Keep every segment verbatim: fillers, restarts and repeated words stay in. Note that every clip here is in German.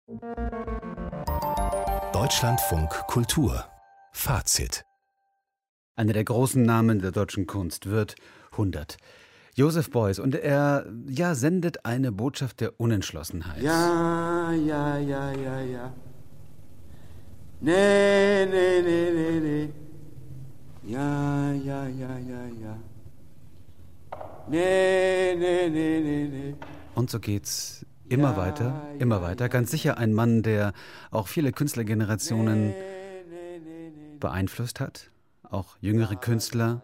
Deutschlandfunk Kultur Fazit. Einer der großen Namen der deutschen Kunst wird hundert. Joseph Beuys, und er ja, sendet eine Botschaft der Unentschlossenheit. Ja, ja, ja, ja, ja. Nee, nee, nee, nee, nee. Ja, ja, ja, ja, ja. Nee, nee, nee, nee, nee. Und so geht's immer ja, weiter, immer ja, weiter. Ganz sicher ein Mann, der auch viele Künstlergenerationen nee, nee, nee, nee. beeinflusst hat. Auch jüngere ja, Künstler.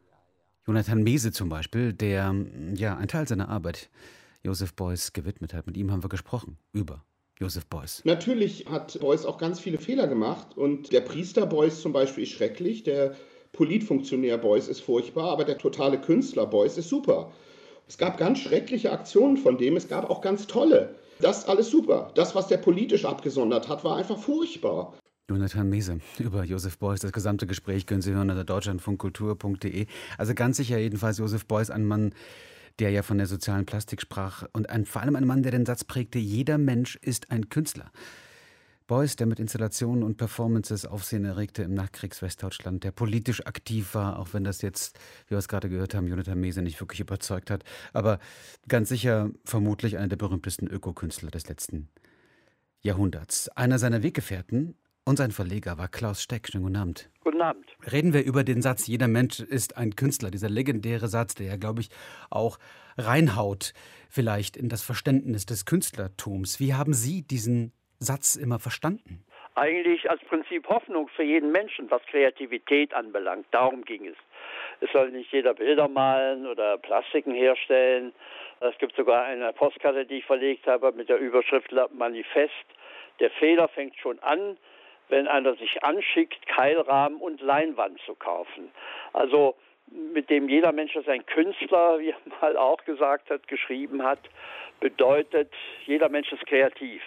Jonathan Mese zum Beispiel, der ja einen Teil seiner Arbeit Joseph Beuys gewidmet hat. Mit ihm haben wir gesprochen über Joseph Beuys. Natürlich hat Beuys auch ganz viele Fehler gemacht und der Priester Beuys zum Beispiel ist schrecklich, der Politfunktionär Beuys ist furchtbar, aber der totale Künstler Beuys ist super. Es gab ganz schreckliche Aktionen von dem, es gab auch ganz tolle. Das ist alles super. Das, was der politisch abgesondert hat, war einfach furchtbar. Jonathan Mese über Joseph Beuys. Das gesamte Gespräch können Sie hören unter deutschlandfunkkultur punkt de. Also ganz sicher jedenfalls Joseph Beuys, ein Mann, der ja von der sozialen Plastik sprach und ein, vor allem ein Mann, der den Satz prägte, jeder Mensch ist ein Künstler. Beuys, der mit Installationen und Performances Aufsehen erregte im Nachkriegs-Westdeutschland, der politisch aktiv war, auch wenn das jetzt, wie wir es gerade gehört haben, Jonathan Mese nicht wirklich überzeugt hat, aber ganz sicher vermutlich einer der berühmtesten Ökokünstler des letzten Jahrhunderts. Einer seiner Weggefährten und sein Verleger war Klaus Steck. Schönen guten Abend. Guten Abend. Reden wir über den Satz, jeder Mensch ist ein Künstler. Dieser legendäre Satz, der ja, glaube ich, auch reinhaut vielleicht in das Verständnis des Künstlertums. Wie haben Sie diesen Satz immer verstanden? Eigentlich als Prinzip Hoffnung für jeden Menschen, was Kreativität anbelangt. Darum ging es. Es soll nicht jeder Bilder malen oder Plastiken herstellen. Es gibt sogar eine Postkarte, die ich verlegt habe, mit der Überschrift Manifest. Der Fehler fängt schon an, wenn einer sich anschickt, Keilrahmen und Leinwand zu kaufen. Also mit dem jeder Mensch ist ein Künstler, wie er mal auch gesagt hat, geschrieben hat, bedeutet, jeder Mensch ist kreativ.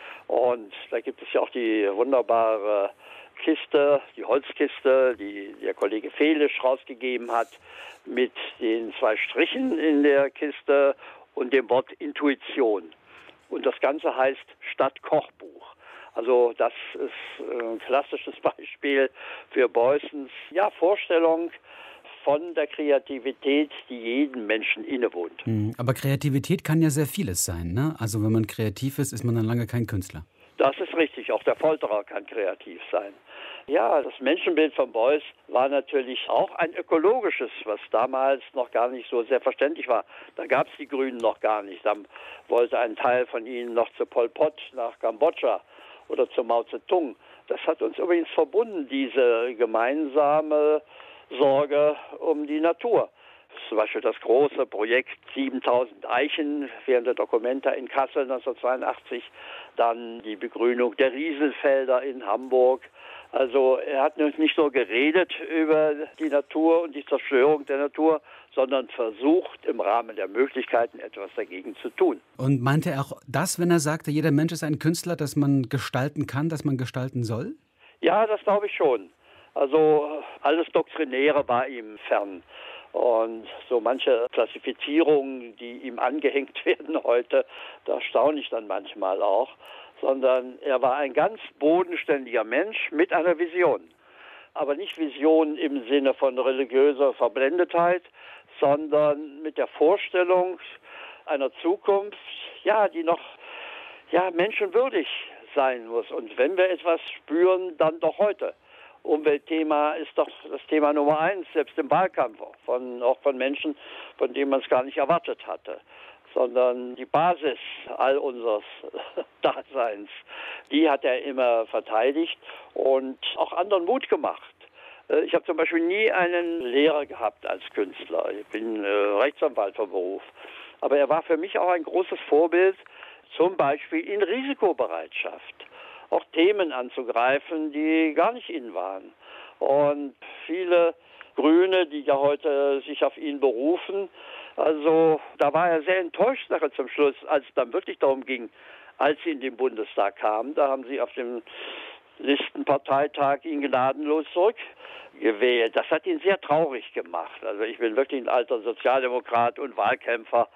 Und da gibt es ja auch die wunderbare Kiste, die Holzkiste, die der Kollege Felisch rausgegeben hat, mit den zwei Strichen in der Kiste und dem Wort Intuition. Und das Ganze heißt Stadtkochbuch. Also das ist ein klassisches Beispiel für Beuysens ja, Vorstellung von der Kreativität, die jedem Menschen innewohnt. Aber Kreativität kann ja sehr vieles sein, ne? Also wenn man kreativ ist, ist man dann lange kein Künstler. Das ist richtig, auch der Folterer kann kreativ sein. Ja, das Menschenbild von Beuys war natürlich auch ein ökologisches, was damals noch gar nicht so selbstverständlich war. Da gab es die Grünen noch gar nicht. Dann wollte ein Teil von ihnen noch zu Pol Pot nach Kambodscha oder zu Mao Zedong. Das hat uns übrigens verbunden, diese gemeinsame Sorge um die Natur. Zum Beispiel das große Projekt siebentausend Eichen während der Documenta in Kassel neunzehnhundertzweiundachtzig, dann die Begrünung der Rieselfelder in Hamburg. Also er hat nicht nur geredet über die Natur und die Zerstörung der Natur, sondern versucht im Rahmen der Möglichkeiten etwas dagegen zu tun. Und meinte er auch das, wenn er sagte, jeder Mensch ist ein Künstler, dass man gestalten kann, dass man gestalten soll? Ja, das glaube ich schon. Also alles Doktrinäre war ihm fern. Und so manche Klassifizierungen, die ihm angehängt werden heute, da staune ich dann manchmal auch. Sondern er war ein ganz bodenständiger Mensch mit einer Vision. Aber nicht Vision im Sinne von religiöser Verblendetheit, sondern mit der Vorstellung einer Zukunft, ja, die noch ja, menschenwürdig sein muss. Und wenn wir etwas spüren, dann doch heute. Umweltthema ist doch das Thema Nummer eins, selbst im Wahlkampf, von, auch von Menschen, von denen man es gar nicht erwartet hatte. Sondern die Basis all unseres Daseins, die hat er immer verteidigt und auch anderen Mut gemacht. Ich habe zum Beispiel nie einen Lehrer gehabt als Künstler. Ich bin Rechtsanwalt vom Beruf. Aber er war für mich auch ein großes Vorbild, zum Beispiel in Risikobereitschaft. Auch Themen anzugreifen, die gar nicht in waren. Und viele Grüne, die ja heute sich auf ihn berufen, also da war er sehr enttäuscht nachher zum Schluss, als es dann wirklich darum ging, als sie in den Bundestag kamen. Da haben sie auf dem Listenparteitag ihn gnadenlos zurückgewählt. Das hat ihn sehr traurig gemacht. Also ich bin wirklich ein alter Sozialdemokrat und Wahlkämpfer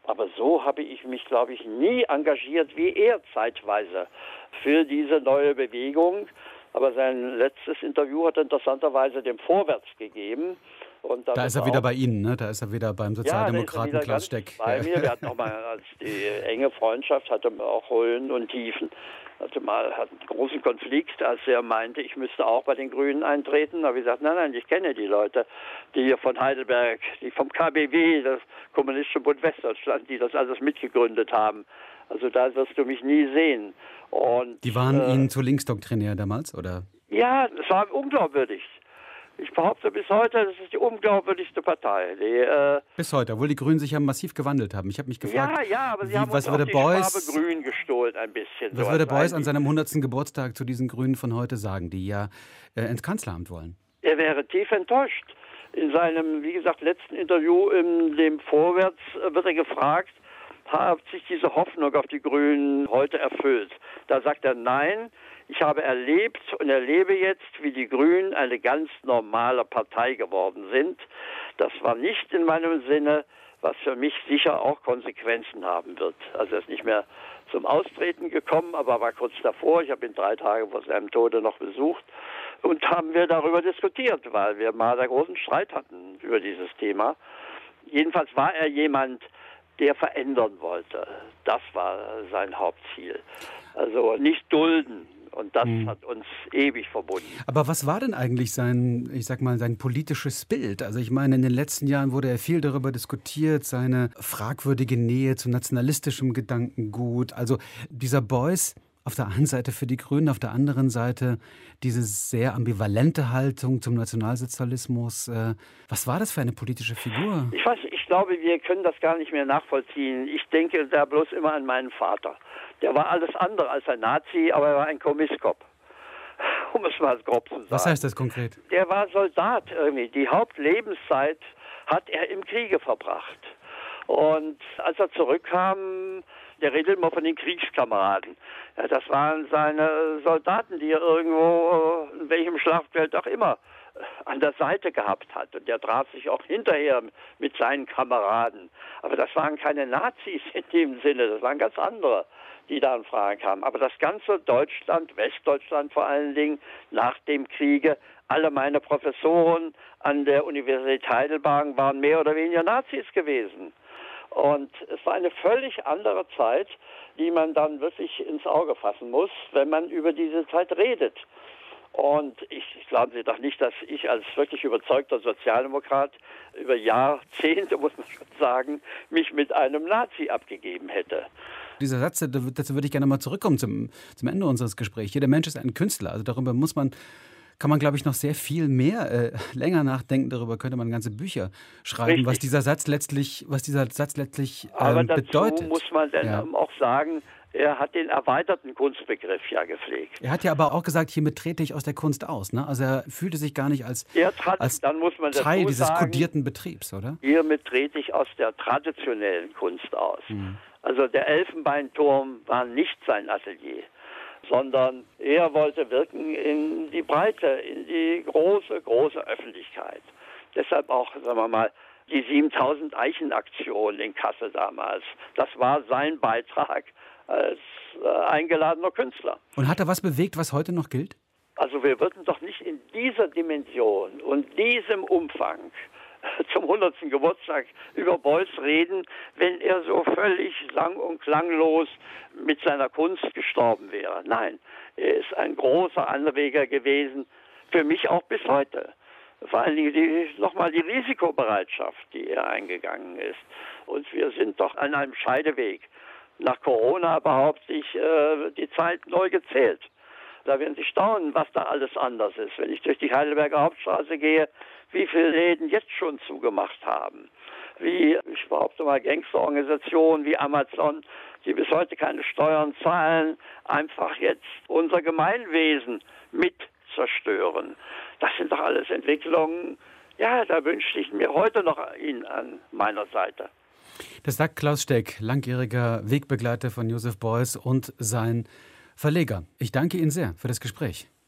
Aber so habe ich mich, glaube ich, nie engagiert wie er zeitweise für diese neue Bewegung. Aber sein letztes Interview hat er interessanterweise dem Vorwärts gegeben. Und da ist er wieder bei Ihnen, ne? Da ist er wieder beim Sozialdemokraten ja, Klaus Steck. Bei ja. mir. Wir hatten auch mal als die enge Freundschaft, hatte auch Höhen und Tiefen. Hatte mal hat einen großen Konflikt, als er meinte, ich müsste auch bei den Grünen eintreten. Da habe ich gesagt, nein, nein, ich kenne die Leute, die hier von Heidelberg, die vom K B W, das Kommunistische Bund Westdeutschland, die das alles mitgegründet haben. Also da wirst du mich nie sehen. Und, die waren äh, Ihnen zu linksdoktrinär damals, oder? Ja, es war unglaubwürdig. Ich behaupte bis heute, das ist die unglaubwürdigste Partei. Die, äh bis heute, obwohl die Grünen sich ja massiv gewandelt haben. Ich habe mich gefragt, ja, ja, aber sie wie, haben was uns würde auch die Beuys, Farbe Grün gestohlen ein bisschen. Was so würde Beuys an eigentlich. seinem hundertsten Geburtstag zu diesen Grünen von heute sagen, die ja äh, ins Kanzleramt wollen? Er wäre tief enttäuscht. In seinem, wie gesagt, letzten Interview in dem Vorwärts wird er gefragt, hat sich diese Hoffnung auf die Grünen heute erfüllt? Da sagt er, nein, ich habe erlebt und erlebe jetzt, wie die Grünen eine ganz normale Partei geworden sind. Das war nicht in meinem Sinne, was für mich sicher auch Konsequenzen haben wird. Also er ist nicht mehr zum Austreten gekommen, aber war kurz davor. Ich habe ihn drei Tage vor seinem Tode noch besucht und haben wir darüber diskutiert, weil wir mal einen großen Streit hatten über dieses Thema. Jedenfalls war er jemand, der verändern wollte. Das war sein Hauptziel. Also nicht dulden. Und das hm. hat uns ewig verbunden. Aber was war denn eigentlich sein, ich sag mal, sein politisches Bild? Also ich meine, in den letzten Jahren wurde er viel darüber diskutiert, seine fragwürdige Nähe zu nationalistischem Gedankengut. Also dieser Beuys auf der einen Seite für die Grünen, auf der anderen Seite diese sehr ambivalente Haltung zum Nationalsozialismus. Was war das für eine politische Figur? Ich weiß, ich glaube, wir können das gar nicht mehr nachvollziehen. Ich denke da bloß immer an meinen Vater. Der war alles andere als ein Nazi, aber er war ein Komisskop. Um es mal grob zu sagen. Was heißt das konkret? Der war Soldat irgendwie. Die Hauptlebenszeit hat er im Kriege verbracht. Und als er zurückkam, der redet immer von den Kriegskameraden. Ja, das waren seine Soldaten, die er irgendwo, in welchem Schlachtfeld auch immer, an der Seite gehabt hat. Und der traf sich auch hinterher mit seinen Kameraden. Aber das waren keine Nazis in dem Sinne, das waren ganz andere, die da in Frage kamen. Aber das ganze Deutschland, Westdeutschland vor allen Dingen, nach dem Kriege, alle meine Professoren an der Universität Heidelberg waren mehr oder weniger Nazis gewesen. Und es war eine völlig andere Zeit, die man dann wirklich ins Auge fassen muss, wenn man über diese Zeit redet. Und ich, ich glaube Sie doch nicht, dass ich als wirklich überzeugter Sozialdemokrat über Jahrzehnte, muss man schon sagen, mich mit einem Nazi abgegeben hätte. Dieser Satz, dazu würde ich gerne mal zurückkommen zum, zum Ende unseres Gesprächs. Jeder Mensch ist ein Künstler. Also darüber muss man, kann man, glaube ich, noch sehr viel mehr äh, länger nachdenken. Darüber könnte man ganze Bücher schreiben, Richtig. was dieser Satz letztlich, was dieser Satz letztlich ähm, Aber dazu bedeutet. muss man dann ja. auch sagen, er hat den erweiterten Kunstbegriff ja gepflegt. Er hat ja aber auch gesagt, hiermit trete ich aus der Kunst aus. Ne? Also er fühlte sich gar nicht als, hat, als dann muss man Teil dieses sagen, kodierten Betriebs, oder? Hiermit trete ich aus der traditionellen Kunst aus. Mhm. Also der Elfenbeinturm war nicht sein Atelier, sondern er wollte wirken in die Breite, in die große, große Öffentlichkeit. Deshalb auch, sagen wir mal, die siebentausend Eichen-Aktion in Kassel damals. Das war sein Beitrag als äh, eingeladener Künstler. Und hat er was bewegt, was heute noch gilt? Also wir würden doch nicht in dieser Dimension und diesem Umfang zum hundertsten Geburtstag über Beuys reden, wenn er so völlig sang- und klanglos mit seiner Kunst gestorben wäre. Nein, er ist ein großer Anreger gewesen, für mich auch bis heute. Vor allen Dingen die, nochmal die Risikobereitschaft, die er eingegangen ist. Und wir sind doch an einem Scheideweg. Nach Corona behaupte ich, äh, die Zeit neu gezählt. Da werden Sie staunen, was da alles anders ist. Wenn ich durch die Heidelberger Hauptstraße gehe, wie viele Läden jetzt schon zugemacht haben. Wie, ich behaupte mal, Gangsterorganisationen wie Amazon, die bis heute keine Steuern zahlen, einfach jetzt unser Gemeinwesen mit zerstören. Das sind doch alles Entwicklungen, ja, da wünschte ich mir heute noch ihn an meiner Seite. Das sagt Klaus Steck, langjähriger Wegbegleiter von Joseph Beuys und sein Verleger. Ich danke Ihnen sehr für das Gespräch.